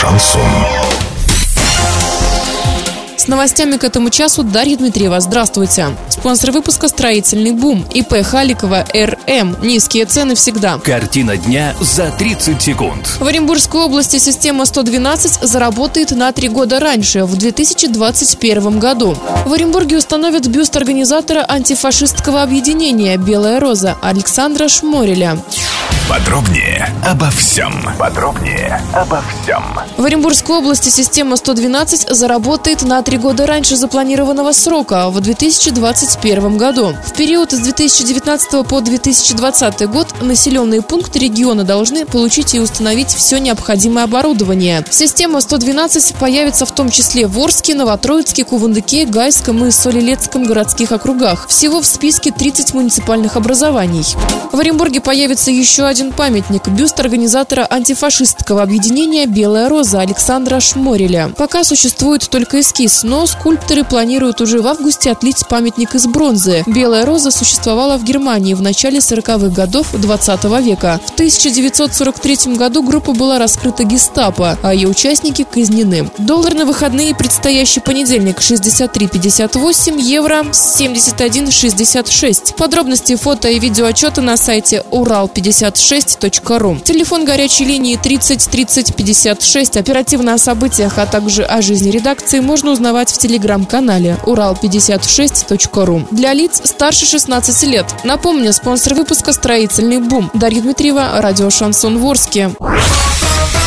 Шансон. С новостями к этому часу Дарья Дмитриева. Здравствуйте. Спонсор выпуска «Строительный бум». ИП Халикова РМ. Низкие цены всегда. Картина дня за 30 секунд. В Оренбургской области система 112 заработает на 3 года раньше, в 2021 году. В Оренбурге установят бюст организатора антифашистского объединения «Белая роза» Александра Шмореля. Подробнее обо всем. В Оренбургской области система 112 заработает на 3 года раньше запланированного срока, в 2021 году. В период с 2019 по 2020 год населенные пункты региона должны получить и установить все необходимое оборудование. Система 112 появится в том числе в Орске, Новотроицке, Кувандыке, Гайском и Солилецком городских округах. Всего в списке 30 муниципальных образований. В Оренбурге появится еще один памятник – бюст организатора антифашистского объединения «Белая роза» Александра Шмореля. Пока существует только эскиз, но скульпторы планируют уже в августе отлить памятник из бронзы. «Белая роза» существовала в Германии в начале 40-х годов 20 века. В 1943 году группа была раскрыта гестапо, а ее участники казнены. Доллар на выходные предстоящий понедельник – 63,58, евро – 71,66. Подробности, фото и видеоотчеты на сайте урал56.ру. Телефон горячей линии 30 30 56. Оперативно о событиях, а также о жизни редакции можно узнавать в телеграм-канале урал56.ру. Для лиц старше 16 лет. Напомню, спонсор выпуска «Строительный бум». Дарья Дмитриева, радио «Шансон» в Орске.